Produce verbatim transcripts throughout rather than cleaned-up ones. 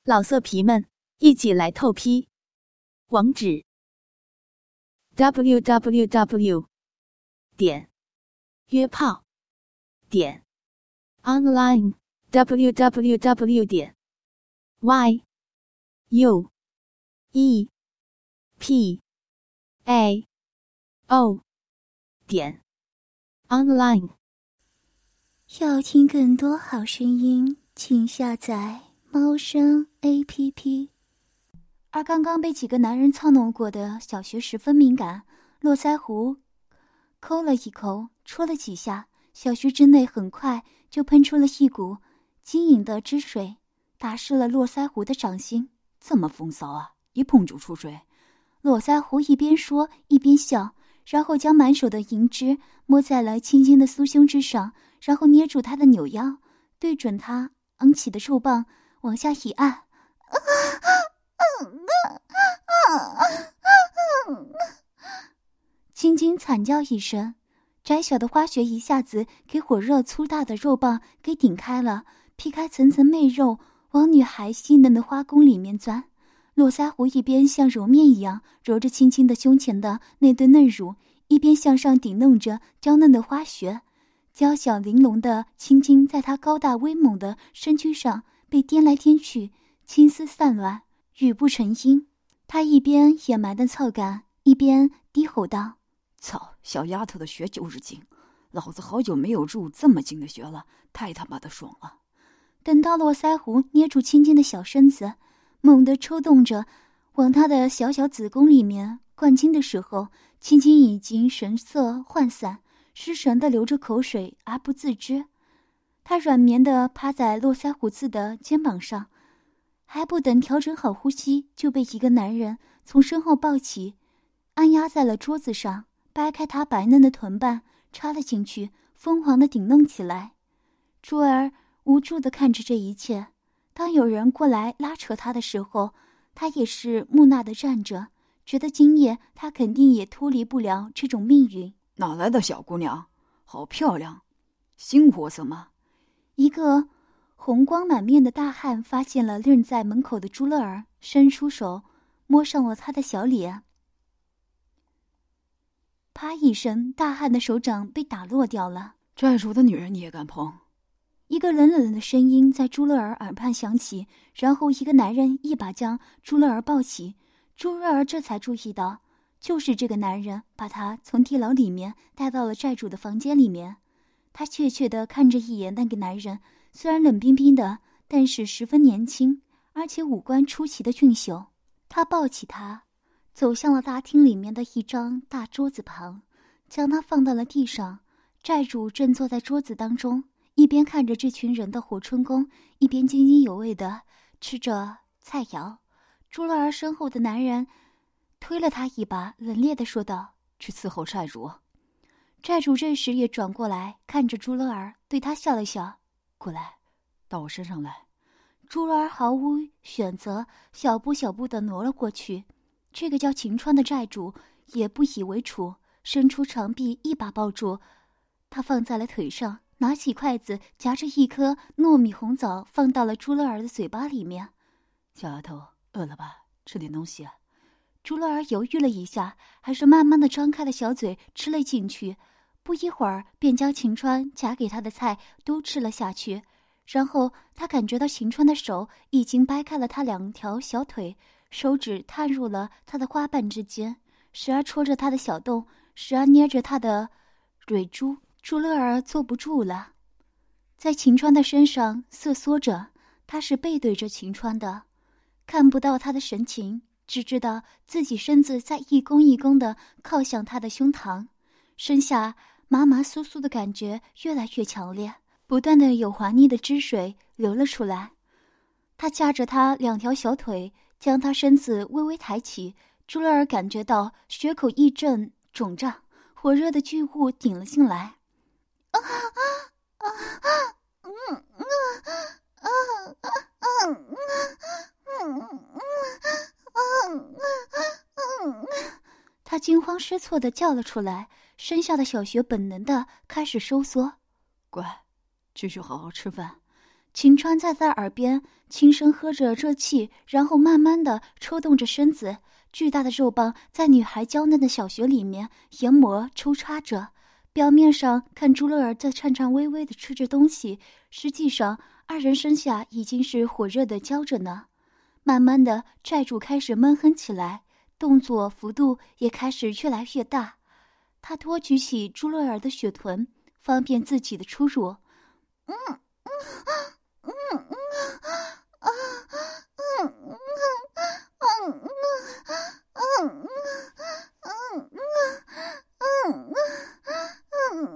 老色皮们，一起来透批！网址 ：double u double u double u 点约炮点 online double u double u double u 点 y u e p a o 点 online。 要听更多好声音，请下载猫声 A P P。 而刚刚被几个男人操弄过的小穴十分敏感，络腮胡抠了一抠，戳了几下，小穴之内很快就喷出了一股晶莹的汁水，打湿了络腮胡的掌心。 这么风骚啊，一碰就出水。 络腮胡一边说一边笑，然后将满手的银汁摸在了青青的酥胸之上，然后捏住他的扭腰，对准他昂起的肉棒往下一按。青青惨叫一声，窄小的花穴一下子给火热粗大的肉棒给顶开了，劈开层层媚肉，往女孩细嫩的花宫里面钻。络腮胡一边像揉面一样揉着青青的胸前的那对嫩乳，一边向上顶弄着娇嫩的花穴。娇小玲珑的青青在她高大威猛的身躯上被颠来颠去，青丝散乱，语不成音。她一边野蛮的操感，一边低吼道： 操，小丫头的穴就是紧，老子好久没有入这么紧的穴了，太他妈的爽了。 等到络腮胡捏住青青的小身子，猛地抽动着往她的小小子宫里面灌精的时候，青青已经神色涣散，失神地流着口水而不自知。她软绵地趴在络腮胡子的肩膀上，还不等调整好呼吸，就被一个男人从身后抱起，按压在了桌子上，掰开她白嫩的臀瓣插了进去，疯狂地顶弄起来。珠儿无助地看着这一切，当有人过来拉扯她的时候，她也是木讷地站着，觉得今夜她肯定也脱离不了这种命运。 哪来的小姑娘？好漂亮，新货色吗？ 一个红光满面的大汉发现了愣在门口的朱乐儿，伸出手摸上了她的小脸。啪一声，大汉的手掌被打落掉了。 寨主的女人你也敢碰？ 一个冷冷的声音在朱乐儿耳畔响起，然后一个男人一把将朱乐儿抱起。朱乐儿这才注意到，就是这个男人把他从地牢里面带到了寨主的房间里面。他怯怯地看着一眼那个男人，虽然冷冰冰的，但是十分年轻，而且五官出奇的俊秀。他抱起他，走向了大厅里面的一张大桌子旁，将他放到了地上。寨主正坐在桌子当中，一边看着这群人的活春宫，一边津津有味地吃着菜肴。朱乐儿身后的男人推了他一把，冷冽地说道： 去伺候寨主。 寨主这时也转过来看着朱乐儿，对他笑了笑：过来， 到我身上来。 朱乐儿毫无选择，小步小步地挪了过去。这个叫秦川的寨主也不以为耻，伸出长臂一把抱住他，放在了腿上，拿起筷子夹着一颗糯米红枣放到了朱乐儿的嘴巴里面。 小丫头饿了吧，吃点东西啊。 朱乐儿犹豫了一下，还是慢慢地张开了小嘴吃了进去，不一会儿便将秦川夹给他的菜都吃了下去。然后他感觉到秦川的手已经掰开了他两条小腿，手指探入了他的花瓣之间，时而戳着他的小洞，时而捏着他的蕊珠。朱乐儿坐不住了，在秦川的身上瑟缩着。他是背对着秦川的，看不到他的神情，只知道自己身子在一弓一弓地靠向他的胸膛，身下麻麻酥酥的感觉越来越强烈，不断的有滑腻的汁水流了出来。他夹着他两条小腿，将他身子微微抬起。朱乐儿感觉到血口一阵肿胀，火热的巨物顶了进来。啊啊啊！嗯嗯嗯嗯嗯嗯嗯嗯，他惊慌失措地叫了出来，身下的小穴本能地开始收缩。 乖，继续好好吃饭， 秦川在他耳边轻声喝着热气，然后慢慢的抽动着身子，巨大的肉棒在女孩娇嫩的小穴里面研磨抽插着。表面上看朱乐儿在颤颤巍巍的吃着东西，实际上二人身下已经是火热的浇着呢。慢慢的，债主开始闷哼起来，动作幅度也开始越来越大。他托举起朱乐儿的雪臀，方便自己的出入。嗯嗯嗯嗯啊嗯嗯嗯嗯嗯嗯嗯嗯嗯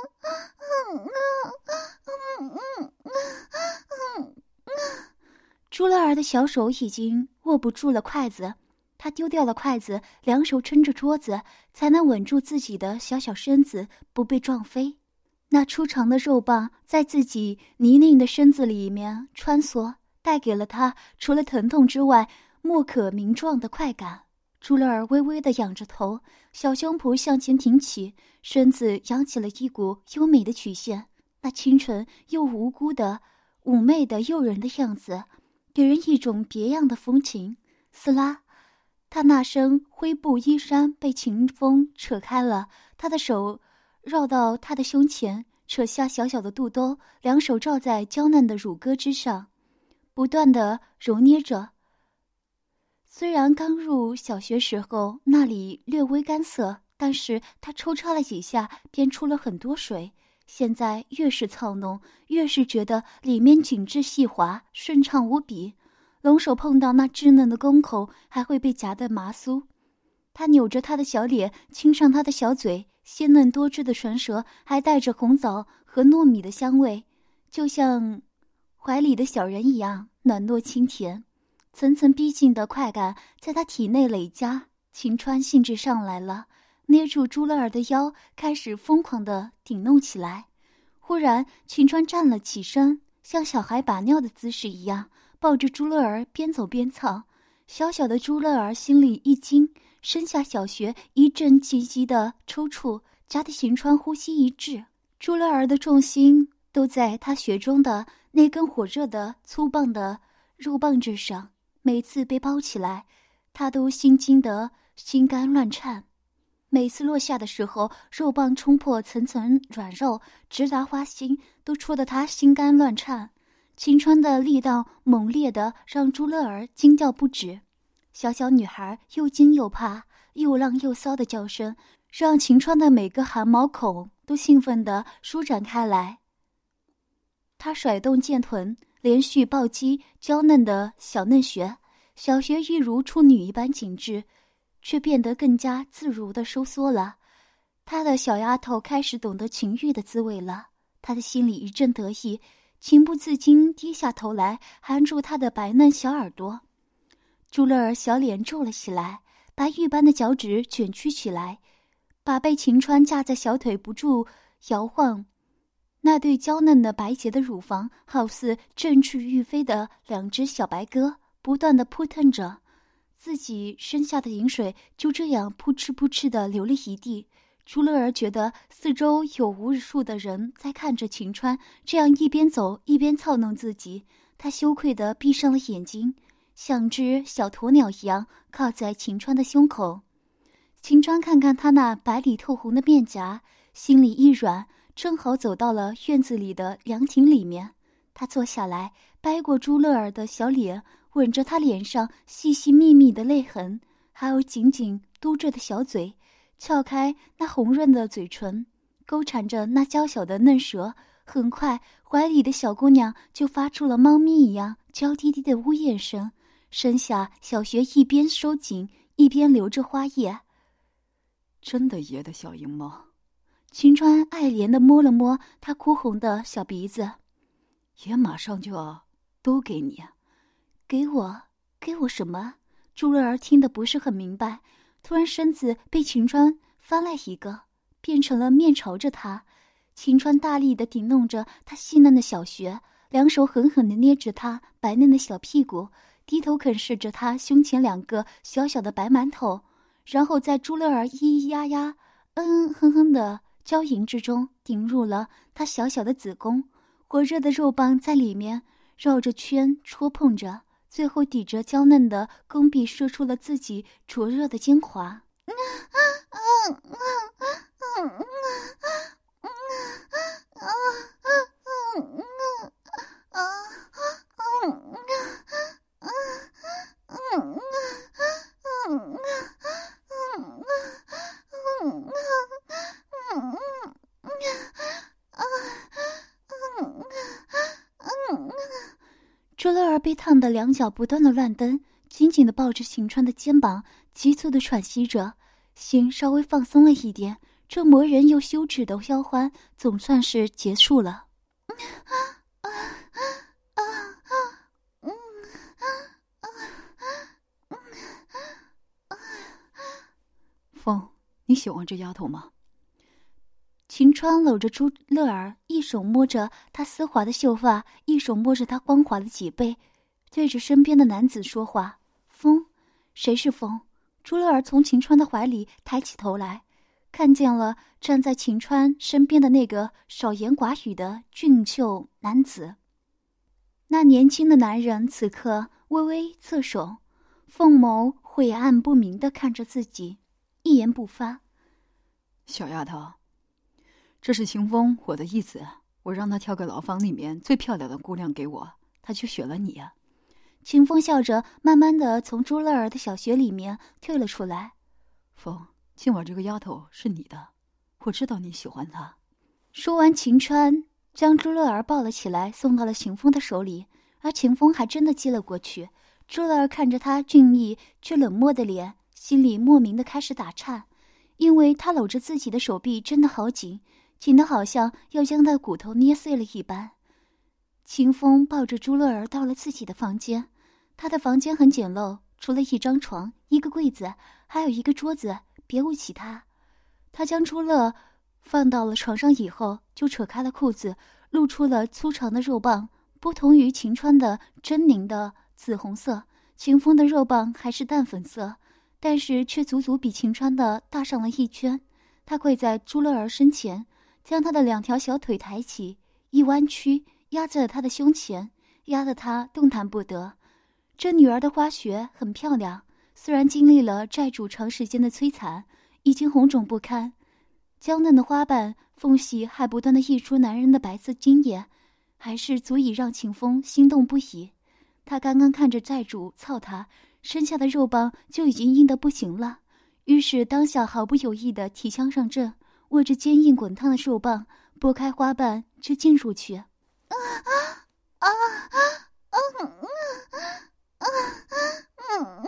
朱乐儿的小手已经握不住了筷子，他丢掉了筷子，两手撑着桌子，才能稳住自己的小小身子不被撞飞。那粗长的肉棒在自己泥泞的身子里面穿梭，带给了他除了疼痛之外莫可名状的快感。朱乐儿微微地仰着头，小胸脯向前挺起，身子扬起了一股优美的曲线，那清纯又无辜的妩媚的诱人的样子，给人一种别样的风情。撕拉，他那身灰布衣衫被秦风扯开了，他的手绕到他的胸前，扯下小小的肚兜，两手罩在娇嫩的乳沟之上，不断地揉捏着。虽然刚入小学时候那里略微干涩，但是他抽插了几下便出了很多水，现在越是操弄，越是觉得里面紧致细滑，顺畅无比。龙手碰到那稚嫩的宫口还会被夹得麻酥。他扭着他的小脸，亲上他的小嘴，鲜嫩多汁的唇舌还带着红枣和糯米的香味，就像怀里的小人一样暖糯清甜。层层逼近的快感在他体内累加，秦川兴致上来了，捏住朱乐儿的腰，开始疯狂地顶弄起来。忽然秦川站了起身，像小孩把尿的姿势一样，抱着朱乐儿边走边操。小小的朱乐儿心里一惊，身下小穴一阵急急的抽搐，夹得秦川呼吸一滞。朱乐儿的重心都在他穴中的那根火热的粗棒的肉棒之上，每次被包起来，他都心惊得心肝乱颤。每次落下的时候，肉棒冲破层层软肉，直达花心，都戳得他心肝乱颤。秦川的力道猛烈的让朱乐儿惊叫不止，小小女孩又惊又怕，又浪又骚的叫声，让秦川的每个汗毛孔都兴奋地舒展开来。他甩动剑臀，连续暴击娇嫩的小嫩穴，小穴一如处女一般紧致，却变得更加自如地收缩了。他的小丫头开始懂得情欲的滋味了，他的心里一阵得意，情不自禁低下头来，含住他的白嫩小耳朵。朱乐儿小脸皱了起来，白玉般的脚趾卷曲起来，把被秦川架在小腿不住摇晃。那对娇嫩的白洁的乳房好似振翅欲飞的两只小白鸽，不断地扑腾着，自己身下的饮水就这样扑哧扑哧地流了一地。朱乐儿觉得四周有无数的人在看着秦川这样一边走一边操弄自己，他羞愧地闭上了眼睛，像只小鸵鸟一样靠在秦川的胸口。秦川看看他那白里透红的面颊，心里一软，正好走到了院子里的凉亭里面。他坐下来，掰过朱乐儿的小脸，吻着他脸上细细密密的泪痕，还有紧紧嘟着的小嘴，撬开那红润的嘴唇，勾缠着那娇小的嫩舌。很快怀里的小姑娘就发出了猫咪一样娇滴滴的呜咽声，身下小穴一边收紧一边流着花液。 真的爷的小淫猫。 秦川爱怜地摸了摸她哭红的小鼻子， 爷马上就要都给你。 给我？给我什么？朱乐儿听得不是很明白，突然身子被秦川翻了一个，变成了面朝着他。秦川大力地顶弄着他细嫩的小穴，两手狠狠地捏着他白嫩的小屁股，低头啃噬着他胸前两个小小的白馒头，然后在朱乐儿咿咿呀呀、嗯嗯哼哼的娇吟之中，顶入了他小小的子宫。 火热的肉棒在里面绕着圈戳碰着，最后抵着娇嫩的宫壁射出了自己灼热的精华。朱乐儿被烫得两脚不断的乱蹬，紧紧地抱着秦川的肩膀，急促地喘息着，心稍微放松了一点。这磨人又羞耻的交欢总算是结束了。 风，你喜欢这丫头吗？ 秦川搂着朱乐儿，一手摸着她丝滑的秀发，一手摸着她光滑的脊背，对着身边的男子说话。风，谁是风？朱乐儿从秦川的怀里抬起头来，看见了站在秦川身边的那个少言寡语的俊秀男子。那年轻的男人此刻微微侧手，凤眸晦暗不明地看着自己，一言不发。 小丫头，这是秦风，我的义子，我让他挑个牢房里面最漂亮的姑娘给我，他就选了你啊。 秦风笑着，慢慢地从朱乐儿的小穴里面退了出来。 风，今晚这个丫头是你的，我知道你喜欢她。 说完，秦川将朱乐儿抱了起来，送到了秦风的手里，而秦风还真的接了过去。朱乐儿看着他俊逸却冷漠的脸，心里莫名的开始打颤，因为他搂着自己的手臂真的好紧，紧得好像要将他的骨头捏碎了一般。秦风抱着朱乐儿到了自己的房间，他的房间很简陋，除了一张床、一个柜子，还有一个桌子，别无其他。他将朱乐放到了床上以后，就扯开了裤子，露出了粗长的肉棒。不同于秦川的狰狞的紫红色，秦风的肉棒还是淡粉色，但是却足足比秦川的大上了一圈。他跪在朱乐儿身前，将他的两条小腿抬起，一弯曲压在了他的胸前，压得他动弹不得。这女儿的花穴很漂亮，虽然经历了债主长时间的摧残，已经红肿不堪，娇嫩的花瓣缝隙还不断地溢出男人的白色精液，还是足以让秦风心动不已。他刚刚看着债主操他，身下的肉棒就已经硬得不行了，于是当下毫不犹豫地提枪上阵，握着坚硬滚烫的肉棒，拨开花瓣就进入去。啊啊啊啊啊啊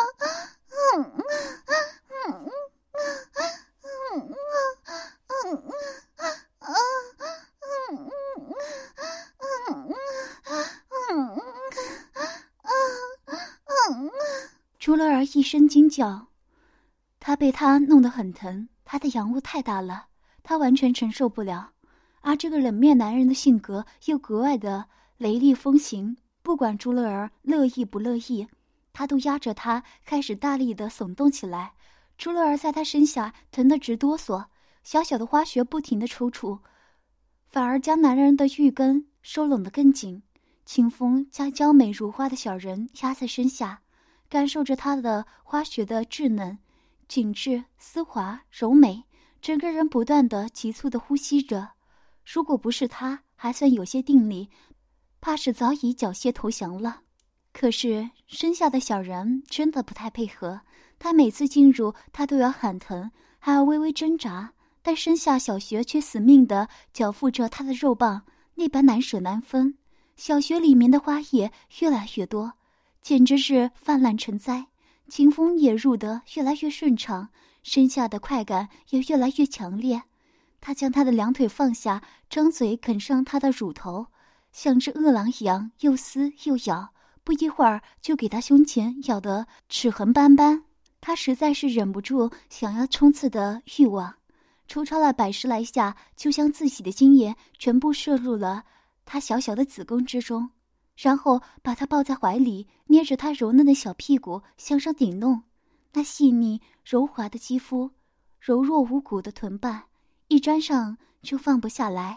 朱乐儿一声惊叫，他被他弄得很疼，他的阳物太大了，他完全承受不了。而这个冷面男人的性格又格外的雷厉风行，不管朱乐儿乐意不乐意，他都压着他开始大力的耸动起来。朱乐儿在他身下疼得直哆嗦，小小的花穴不停的抽搐，反而将男人的玉根收拢得更紧。清风将娇美如花的小人压在身下，感受着她的花穴的稚嫩、紧致、丝滑、柔美，整个人不断的急促的呼吸着。如果不是他还算有些定力，怕是早已缴械投降了。可是身下的小人真的不太配合，他每次进入他都要喊疼，还要微微挣扎，但身下小穴却死命地搅附着他的肉棒，那般难舍难分。小穴里面的花液越来越多，简直是泛滥成灾。清风也入得越来越顺畅，身下的快感也越来越强烈。他将他的两腿放下，张嘴啃上他的乳头，像只饿狼一样又撕又咬，不一会儿就给他胸前咬得齿痕斑斑。他实在是忍不住想要冲刺的欲望，抽插了百十来下，就将自己的精液全部射入了他小小的子宫之中，然后把他抱在怀里，捏着他柔嫩的小屁股向上顶弄，那细腻柔滑的肌肤，柔弱无骨的臀瓣一沾上就放不下来，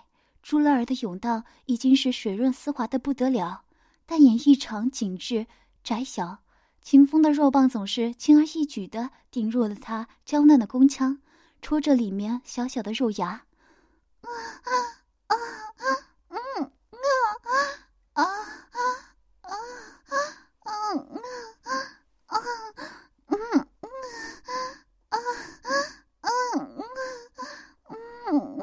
朱乐儿的甬道已经是水润丝滑的不得了，但也异常紧致窄小。秦风的肉棒总是轻而易举地顶入了他娇嫩的宫腔，戳着里面小小的肉芽。啊啊啊啊嗯啊啊啊啊啊啊啊嗯啊啊嗯嗯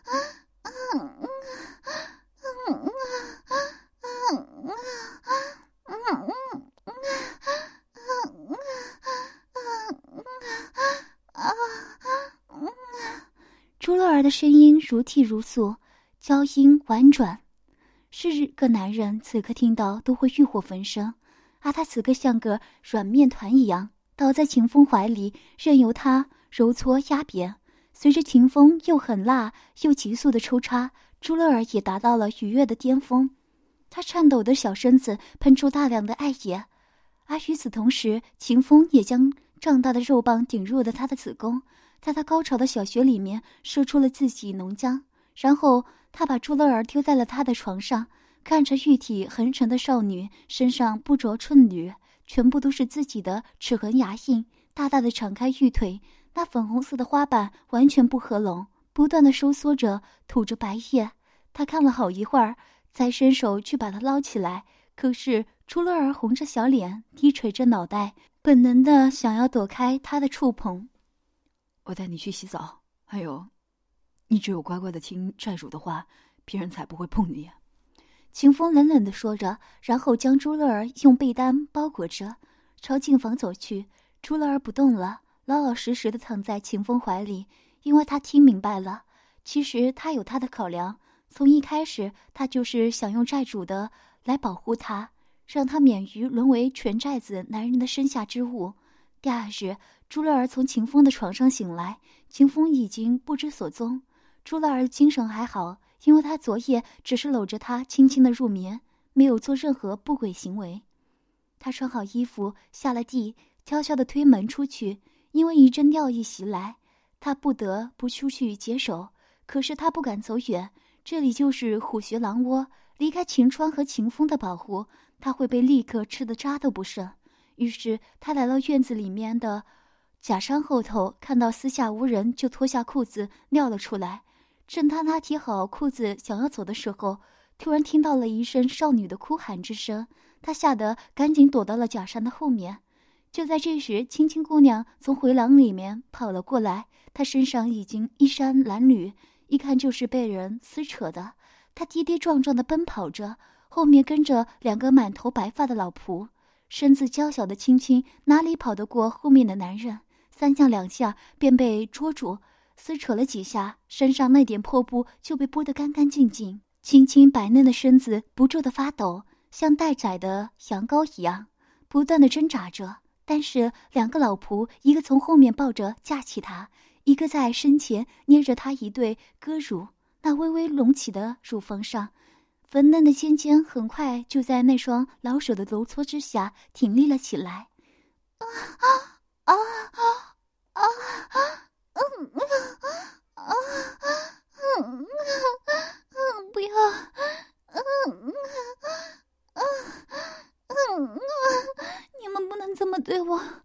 朱乐儿的声音如泣如诉，娇音婉转，是个男人此刻听到都会欲火焚身，而他此刻像个软面团一样倒在秦风怀里，任由他揉搓压扁。随着秦风又狠辣又急速的抽插，朱乐儿也达到了愉悦的巅峰。他颤抖的小身子喷出大量的艾液，而与此同时，秦风也将胀大的肉棒顶入了他的子宫，在他高潮的小穴里面射出了自己浓浆。然后他把朱乐儿丢在了他的床上，看着玉体横陈的少女身上不着寸缕，全部都是自己的齿痕牙印，大大的敞开玉腿，那粉红色的花瓣完全不合拢，不断的收缩着，吐着白液。他看了好一会儿，才伸手去把它捞起来，可是朱乐儿红着小脸，低垂着脑袋，本能的想要躲开他的触碰。 我带你去洗澡，还有，你只有乖乖的听债主的话，别人才不会碰你。 秦风冷冷地说着，然后将朱乐儿用被单包裹着，朝净房走去。朱乐儿不动了，老老实实地躺在秦风怀里，因为他听明白了，其实他有他的考量。从一开始，他就是想用债主的来保护他，让他免于沦为全寨子男人的身下之物。第二日，朱乐儿从秦风的床上醒来，秦风已经不知所踪。朱乐儿精神还好，因为他昨夜只是搂着他轻轻的入眠，没有做任何不轨行为。他穿好衣服，下了地，悄悄地推门出去，因为一阵尿意袭来，他不得不出去解手。可是他不敢走远，这里就是虎穴狼窝，离开秦川和秦风的保护，他会被立刻吃得渣都不剩。于是他来到院子里面的假山后头，看到四下无人，就脱下裤子尿了出来。正当他提好裤子想要走的时候，突然听到了一声少女的哭喊之声，他吓得赶紧躲到了假山的后面。就在这时，青青姑娘从回廊里面跑了过来，她身上已经衣衫褴褛，一看就是被人撕扯的。她跌跌撞撞地奔跑着，后面跟着两个满头白发的老仆。身子娇小的青青哪里跑得过后面的男人，三下两下便被捉住，撕扯了几下，身上那点破布就被剥得干干净净。青青白嫩的身子不住地发抖，像待宰的羊羔一样，不断地挣扎着。但是两个老仆，一个从后面抱着架起她，一个在身前捏着她一对歌乳，那微微隆起的乳房上，粉嫩的尖尖很快就在那双老手的揉搓之下挺立了起来。啊啊啊啊啊！嗯啊嗯嗯，不要！嗯啊嗯啊！你们不能这么对我！啊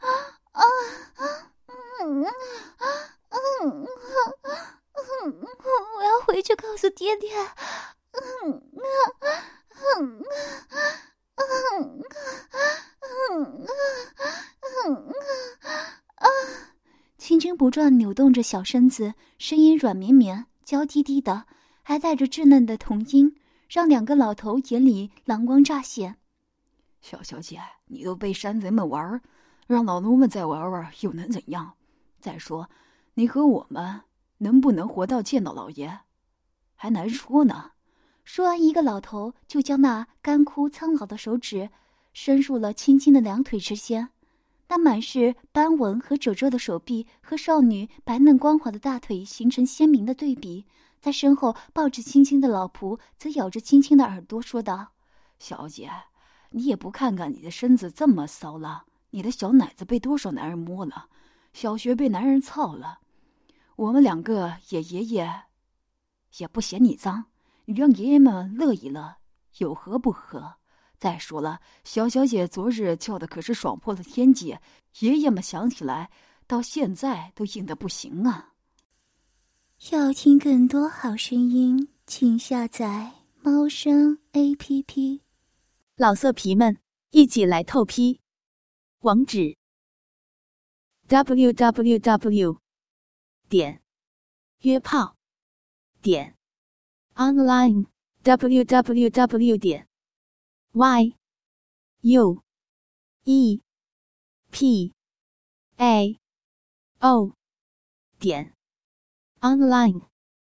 嗯嗯嗯嗯，我要回去告诉爹爹！嗯啊嗯啊嗯嗯嗯啊！青青不断扭动着小身子，声音软绵绵、娇滴滴的，还带着稚嫩的童音，让两个老头眼里狼光乍现。 小小姐，你都被山贼们玩，让老奴们再玩玩又能怎样？再说，你和我们能不能活到见到老爷，还难说呢。 说完，一个老头就将那干枯苍老的手指伸入了青青的两腿之间，那满是斑纹和褶皱的手臂和少女白嫩光滑的大腿形成鲜明的对比。在身后抱着青青的老仆则咬着青青的耳朵说道： 小姐，你也不看看你的身子这么骚了，你的小奶子被多少男人摸了，小穴被男人操了，我们两个也爷爷也不嫌你脏， 让爷爷们乐一乐，有何不可？再说了，小小姐昨日叫的可是爽破了天际，爷爷们想起来，到现在都硬得不行啊！ 要听更多好声音，请下载猫声 A P P。 老色皮们，一起来透批！网址 ：double u double u double u 点约炮点 online w w w 点 y u e p a o 点 online。